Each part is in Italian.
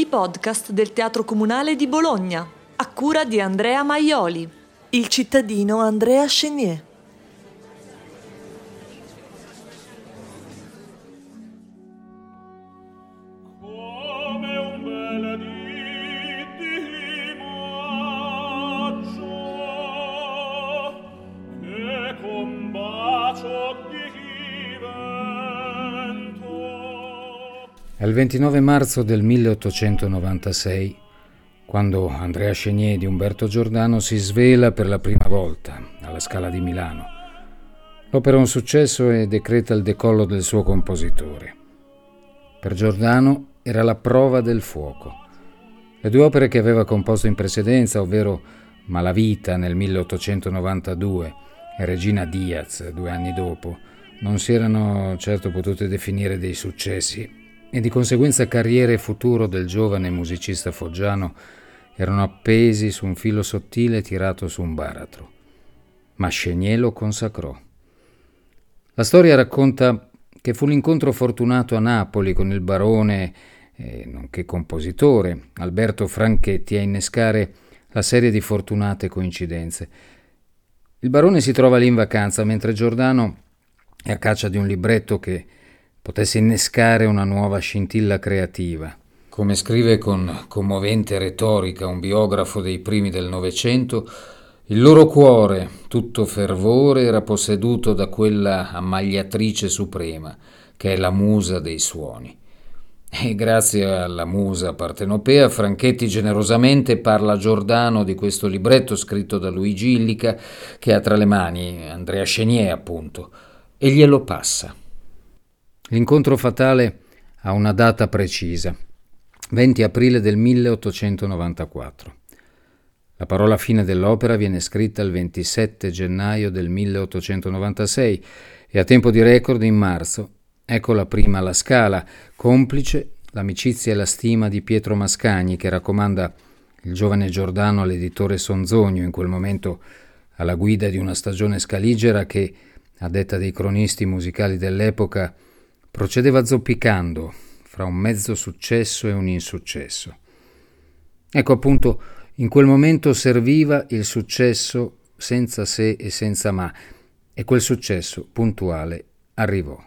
podcast del Teatro Comunale di Bologna, a cura di Andrea Maioli. Il cittadino Andrea Chenier. È il 29 marzo del 1896, quando Andrea Chenier di Umberto Giordano si svela per la prima volta alla Scala di Milano. L'opera è un successo e decreta il decollo del suo compositore. Per Giordano era la prova del fuoco. Le due opere che aveva composto in precedenza, ovvero Malavita nel 1892 e Regina Diaz 2 anni dopo, non si erano certo potute definire dei successi e di conseguenza carriera e futuro del giovane musicista foggiano erano appesi su un filo sottile tirato su un baratro. Ma Chenier lo consacrò. La storia racconta che fu l'incontro fortunato a Napoli con il barone, nonché compositore, Alberto Franchetti, a innescare la serie di fortunate coincidenze. Il barone si trova lì in vacanza, mentre Giordano è a caccia di un libretto che potesse innescare una nuova scintilla creativa. Come scrive con commovente retorica un biografo dei primi del Novecento, il loro cuore, tutto fervore, era posseduto da quella ammagliatrice suprema, che è la musa dei suoni. E grazie alla musa partenopea, Franchetti generosamente parla a Giordano di questo libretto scritto da Luigi Illica, che ha tra le mani Andrea Chenier, appunto, e glielo passa. L'incontro fatale ha una data precisa, 20 aprile del 1894. La parola fine dell'opera viene scritta il 27 gennaio del 1896 e a tempo di record in marzo eccola prima alla Scala, complice l'amicizia e la stima di Pietro Mascagni, che raccomanda il giovane Giordano all'editore Sonzogno, in quel momento alla guida di una stagione scaligera che, a detta dei cronisti musicali dell'epoca, procedeva zoppicando fra un mezzo successo e un insuccesso. Ecco appunto, in quel momento serviva il successo senza se e senza ma, e quel successo puntuale arrivò.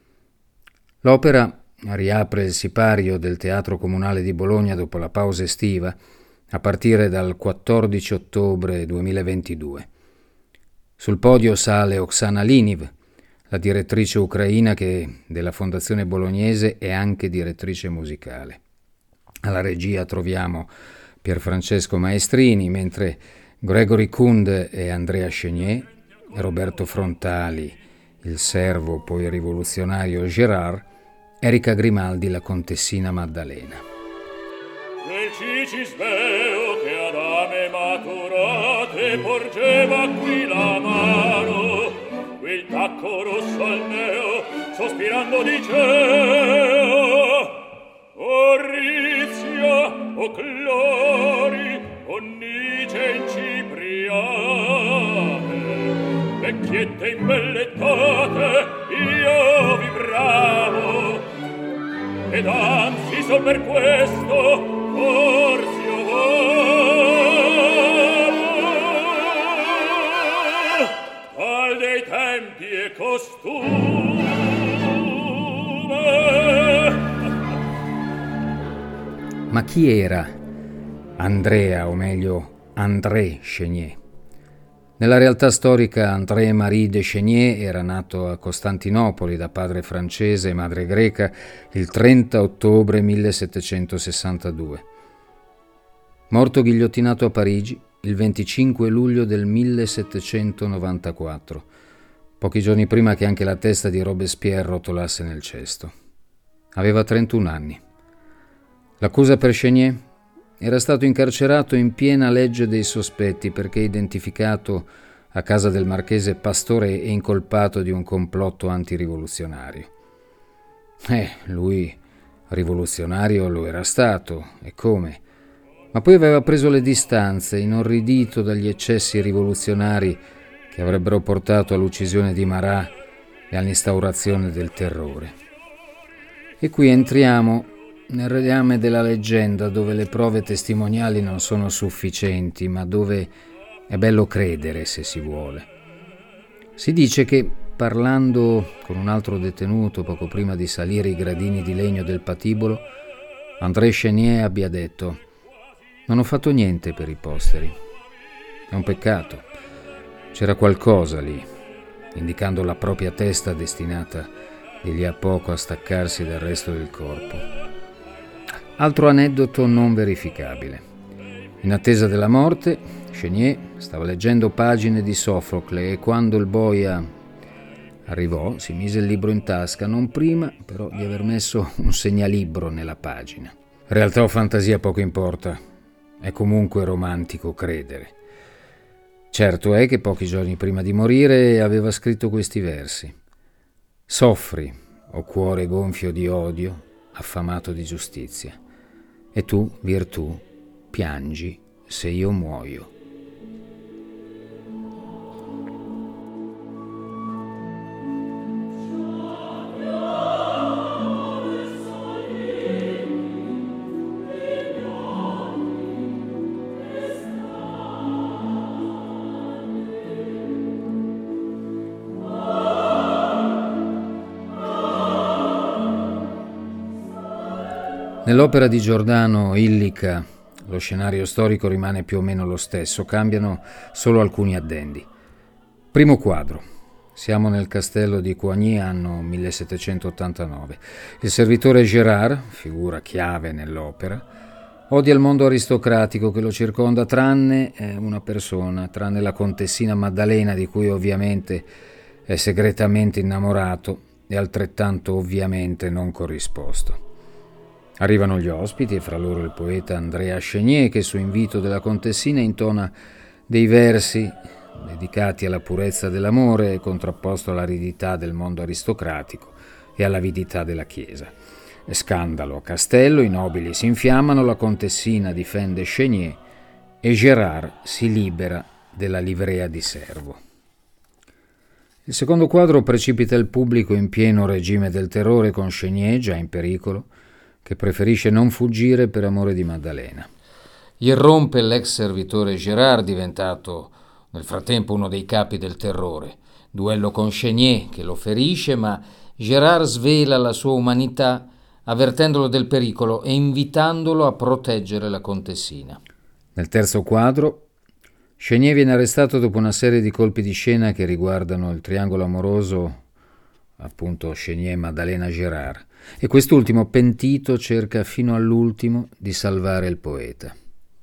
L'opera riapre il sipario del Teatro Comunale di Bologna dopo la pausa estiva, a partire dal 14 ottobre 2022. Sul podio sale Oksana Liniv, la direttrice ucraina che della Fondazione Bolognese è anche direttrice musicale. Alla regia troviamo Pierfrancesco Maestrini, mentre Gregory Kund e Andrea Chenier, Roberto Frontali, il servo poi rivoluzionario Gérard, Erika Grimaldi, la contessina Maddalena. Quel Cicisbeo che ad ame maturate porgeva qui la mano, quel tacco rosso al neo, sospirando diceva: O Rizia, o Clori, o Nice in Cipriane, vecchiette imbellettate, io vibravo, ed anzi sol per questo forse al dei tempi e costume. Ma chi era Andrea, o meglio André Chenier? Nella realtà storica André-Marie de Chenier era nato a Costantinopoli da padre francese e madre greca il 30 ottobre 1762. Morto ghigliottinato a Parigi il 25 luglio del 1794, pochi giorni prima che anche la testa di Robespierre rotolasse nel cesto. Aveva 31 anni. L'accusa per Chenier: era stato incarcerato in piena legge dei sospetti perché identificato a casa del marchese Pastore e incolpato di un complotto antirivoluzionario. Lui rivoluzionario lo era stato, e come? Ma poi aveva preso le distanze, inorridito dagli eccessi rivoluzionari che avrebbero portato all'uccisione di Marat e all'instaurazione del terrore. E qui entriamo nel reame della leggenda, dove le prove testimoniali non sono sufficienti, ma dove è bello credere se si vuole. Si dice che, parlando con un altro detenuto poco prima di salire i gradini di legno del patibolo, André Chénier abbia detto: «Non ho fatto niente per i posteri. È un peccato. C'era qualcosa lì», indicando la propria testa destinata di lì a poco a staccarsi dal resto del corpo. Altro aneddoto non verificabile. In attesa della morte, Chénier stava leggendo pagine di Sofocle e quando il boia arrivò si mise il libro in tasca, non prima però di aver messo un segnalibro nella pagina. Realtà o fantasia poco importa, è comunque romantico credere. Certo è che pochi giorni prima di morire aveva scritto questi versi: «Soffri, o cuore gonfio di odio, affamato di giustizia, e tu, virtù, piangi se io muoio». Nell'opera di Giordano, Illica, lo scenario storico rimane più o meno lo stesso, cambiano solo alcuni addendi. Primo quadro. Siamo nel castello di Coigny, anno 1789. Il servitore Gérard, figura chiave nell'opera, odia il mondo aristocratico che lo circonda, tranne una persona, tranne la contessina Maddalena, di cui ovviamente è segretamente innamorato e altrettanto ovviamente non corrisposto. Arrivano gli ospiti e fra loro il poeta Andrea Chénier, che su invito della contessina intona dei versi dedicati alla purezza dell'amore contrapposto all'aridità del mondo aristocratico e all'avidità della Chiesa. Scandalo a castello, i nobili si infiammano, la contessina difende Chénier e Gérard si libera della livrea di servo. Il secondo quadro precipita il pubblico in pieno regime del terrore, con Chénier già in pericolo, che preferisce non fuggire per amore di Maddalena. Irrompe l'ex servitore Gérard, diventato nel frattempo uno dei capi del terrore. Duello con Chénier, che lo ferisce, ma Gérard svela la sua umanità, avvertendolo del pericolo e invitandolo a proteggere la contessina. Nel terzo quadro, Chénier viene arrestato dopo una serie di colpi di scena che riguardano il triangolo amoroso, appunto Chénier, Maddalena, Gérard, e quest'ultimo, pentito, cerca fino all'ultimo di salvare il poeta.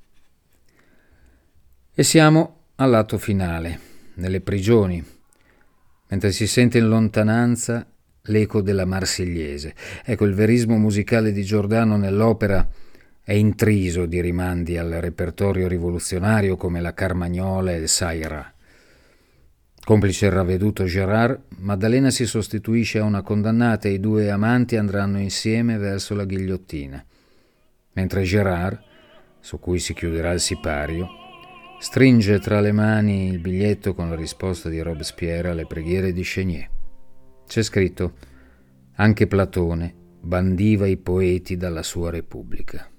E siamo all'atto finale, nelle prigioni, mentre si sente in lontananza l'eco della Marsigliese. Ecco, il verismo musicale di Giordano nell'opera è intriso di rimandi al repertorio rivoluzionario come la Carmagnola e il Saira. Complice il ravveduto Gérard, Maddalena si sostituisce a una condannata e i due amanti andranno insieme verso la ghigliottina, mentre Gérard, su cui si chiuderà il sipario, stringe tra le mani il biglietto con la risposta di Robespierre alle preghiere di Chénier. C'è scritto: «Anche Platone bandiva i poeti dalla sua Repubblica».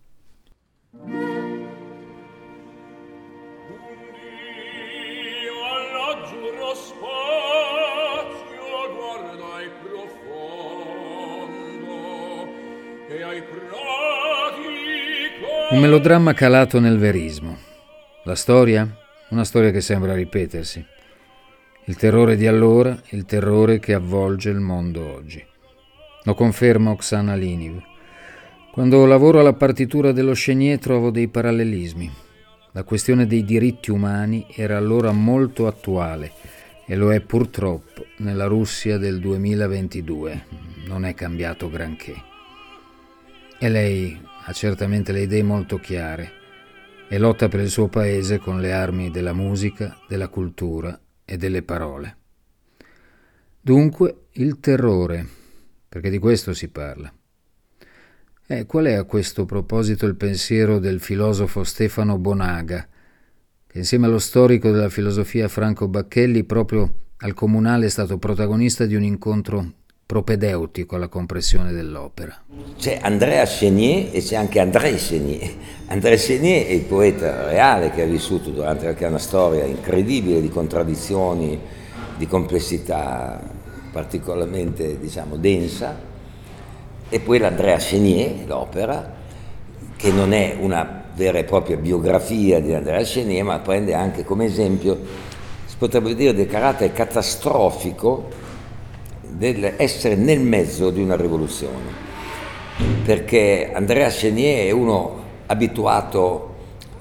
Un melodramma calato nel verismo. La storia? Una storia che sembra ripetersi. Il terrore di allora, il terrore che avvolge il mondo oggi. Lo conferma Oksana Liniv. Quando lavoro alla partitura dello Chénier trovo dei parallelismi. La questione dei diritti umani era allora molto attuale e lo è purtroppo nella Russia del 2022. Non è cambiato granché. E lei ha certamente le idee molto chiare e lotta per il suo paese con le armi della musica, della cultura e delle parole. Dunque, il terrore, perché di questo si parla. Qual è a questo proposito il pensiero del filosofo Stefano Bonaga, che insieme allo storico della filosofia Franco Bacchelli proprio al Comunale è stato protagonista di un incontro propedeutico alla comprensione dell'opera. C'è Andrea Chenier e c'è anche André Chenier. André Chenier è il poeta reale che ha vissuto che ha una storia incredibile di contraddizioni, di complessità particolarmente, densa, e poi l'Andrea Chenier, l'opera, che non è una vera e propria biografia di Andrea Chenier, ma prende anche come esempio, si potrebbe dire, del carattere catastrofico dell'essere nel mezzo di una rivoluzione, perché Andrea Chenier è uno abituato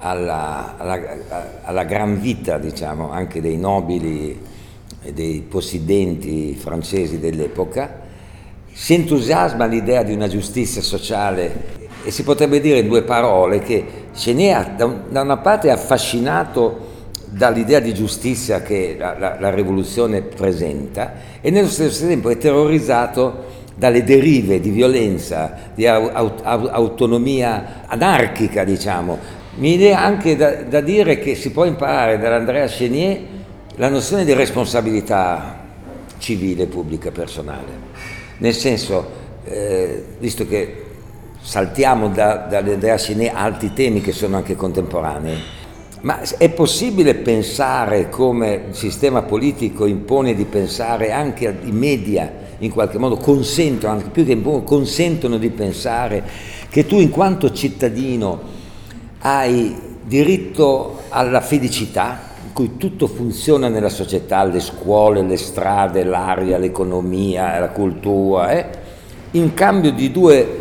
alla gran vita, anche dei nobili e dei possidenti francesi dell'epoca, si entusiasma all'idea di una giustizia sociale e si potrebbe dire in due parole che Chenier da una parte è affascinato dall'idea di giustizia che la rivoluzione presenta e nello stesso tempo è terrorizzato dalle derive di violenza, di autonomia anarchica, Mi viene anche da dire che si può imparare dall'Andrea Chenier la nozione di responsabilità civile, pubblica, personale. Nel senso, visto che saltiamo dall'Andrea Chenier altri temi che sono anche contemporanei, ma è possibile pensare, come il sistema politico impone di pensare, anche i media in qualche modo consentono, anche più che impongono, consentono di pensare che tu in quanto cittadino hai diritto alla felicità, in cui tutto funziona nella società, le scuole, le strade, l'aria, l'economia, la cultura, in cambio di due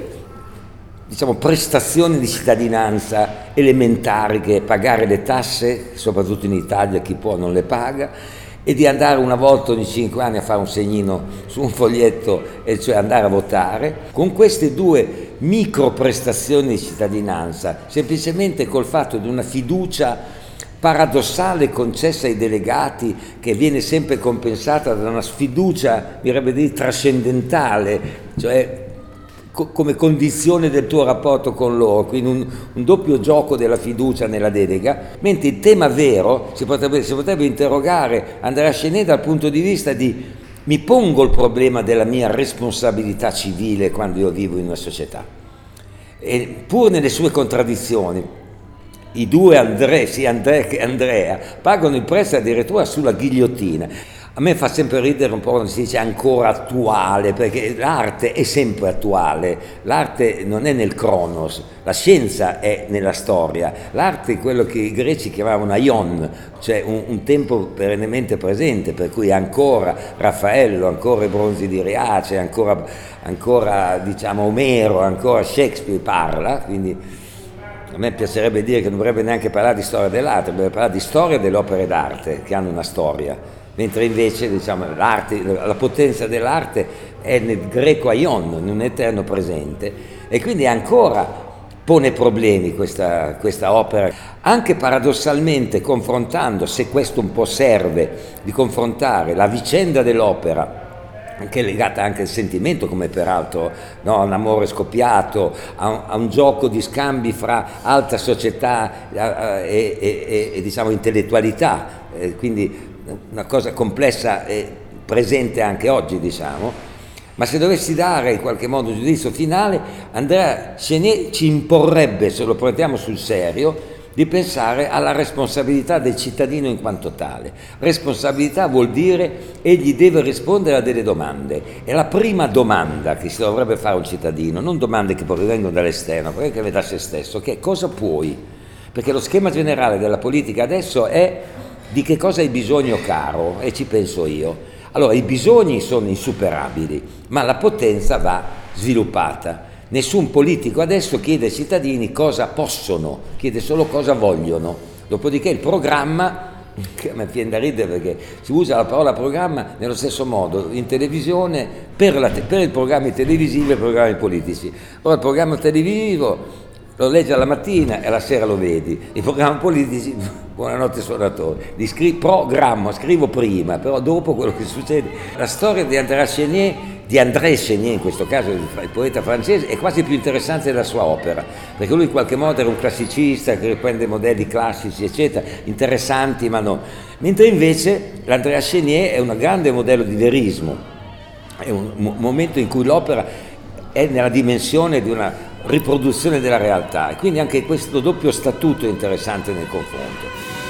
prestazioni di cittadinanza elementari, che è pagare le tasse, soprattutto in Italia chi può non le paga, e di andare una volta ogni 5 anni a fare un segnino su un foglietto, e cioè andare a votare. Con queste due micro prestazioni di cittadinanza, semplicemente col fatto di una fiducia paradossale concessa ai delegati, che viene sempre compensata da una sfiducia, mi verrebbe dire, trascendentale, cioè come condizione del tuo rapporto con loro, quindi un doppio gioco della fiducia nella delega, mentre il tema vero si potrebbe interrogare Andrea Chenier dal punto di vista di: mi pongo il problema della mia responsabilità civile quando io vivo in una società, e pur nelle sue contraddizioni i due André, sia Andrea che Andrea, pagano il prezzo addirittura sulla ghigliottina. A me fa sempre ridere un po' quando si dice ancora attuale, perché l'arte è sempre attuale, l'arte non è nel Cronos, la scienza è nella storia, l'arte è quello che i greci chiamavano aion, cioè un tempo perennemente presente, per cui ancora Raffaello, ancora i bronzi di Riace, ancora Omero, ancora Shakespeare parla, quindi a me piacerebbe dire che non dovrebbe neanche parlare di storia dell'arte, dovrebbe parlare di storia delle opere d'arte che hanno una storia. Mentre invece l'arte, la potenza dell'arte è nel greco aion, in un eterno presente, e quindi ancora pone problemi questa opera, anche paradossalmente confrontando, se questo un po' serve, di confrontare la vicenda dell'opera, che è legata anche al sentimento, come peraltro un amore scoppiato, a un gioco di scambi fra alta società e intellettualità, quindi una cosa complessa e presente anche oggi, ma se dovessi dare in qualche modo un giudizio finale, Andrea Chenier ci imporrebbe, se lo prendiamo sul serio, di pensare alla responsabilità del cittadino in quanto tale. Responsabilità vuol dire egli deve rispondere a delle domande, e la prima domanda che si dovrebbe fare un cittadino, non domande che provengono dall'esterno, ma che da se stesso, che è: cosa puoi? Perché lo schema generale della politica adesso è: di che cosa hai bisogno, caro? E ci penso io. Allora, i bisogni sono insuperabili, ma la potenza va sviluppata. Nessun politico adesso chiede ai cittadini cosa possono, chiede solo cosa vogliono. Dopodiché il programma, che a me viene da ridere perché si usa la parola programma nello stesso modo in televisione per i programmi televisivi e i programmi politici. Ora il programma televisivo lo leggi alla mattina e alla sera lo vedi, i programmi politici, buonanotte suonatore, scrivo prima, però dopo quello che succede. La storia di André Chenier, in questo caso il poeta francese, è quasi più interessante della sua opera, perché lui in qualche modo era un classicista che riprende modelli classici eccetera, interessanti ma no, mentre invece l'André Chenier è un grande modello di verismo, è un momento in cui l'opera è nella dimensione di una riproduzione della realtà, e quindi anche questo doppio statuto è interessante nel confronto.